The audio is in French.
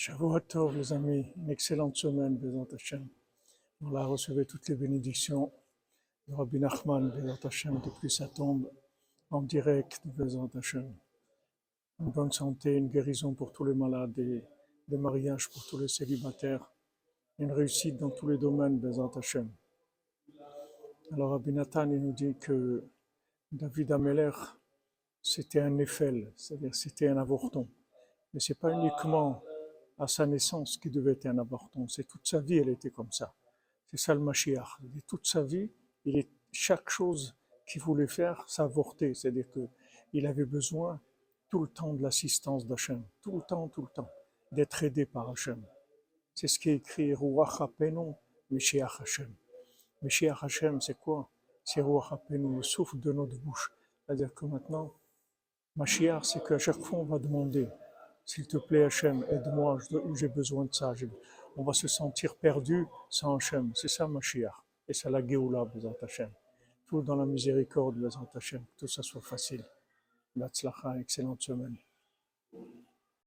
Shavuot Tov, les amis, une excellente semaine, Bezat Hashem. Voilà, recevez toutes les bénédictions de Rabbi Nachman, Bezat Hashem, depuis sa tombe, en direct de Bezat Hashem. Une bonne santé, une guérison pour tous les malades, et des mariages pour tous les célibataires, une réussite dans tous les domaines, Bezat Hashem. Alors Rabbi Nathan, il nous dit que David Ameler, c'était un Néphel, c'est-à-dire c'était un avorton. Mais ce n'est pas uniquement à sa naissance qui devait être un avorton, c'est toute sa vie, elle était comme ça. C'est ça le Mashiach. Et toute sa vie, chaque chose qu'il voulait faire, ça avortait. C'est-à-dire qu'il avait besoin tout le temps de l'assistance d'Hachem, tout le temps, d'être aidé par Hachem. C'est ce qui est écrit Ruach HaPenu, Mashiach Hachem. Mashiach Hachem, c'est quoi? C'est Ruach HaPenu, le souffle de notre bouche. C'est-à-dire que maintenant, Mashiach, c'est qu'à chaque fois, on va demander, s'il te plaît, Hachem, aide-moi, j'ai besoin de ça. On va se sentir perdu sans Hachem. C'est ça, Mashiach. Et c'est la Géoula, Bezat Hachem. Tout dans la miséricorde, Bezat Hachem. Que tout ça soit facile. Batzlacha, excellente semaine.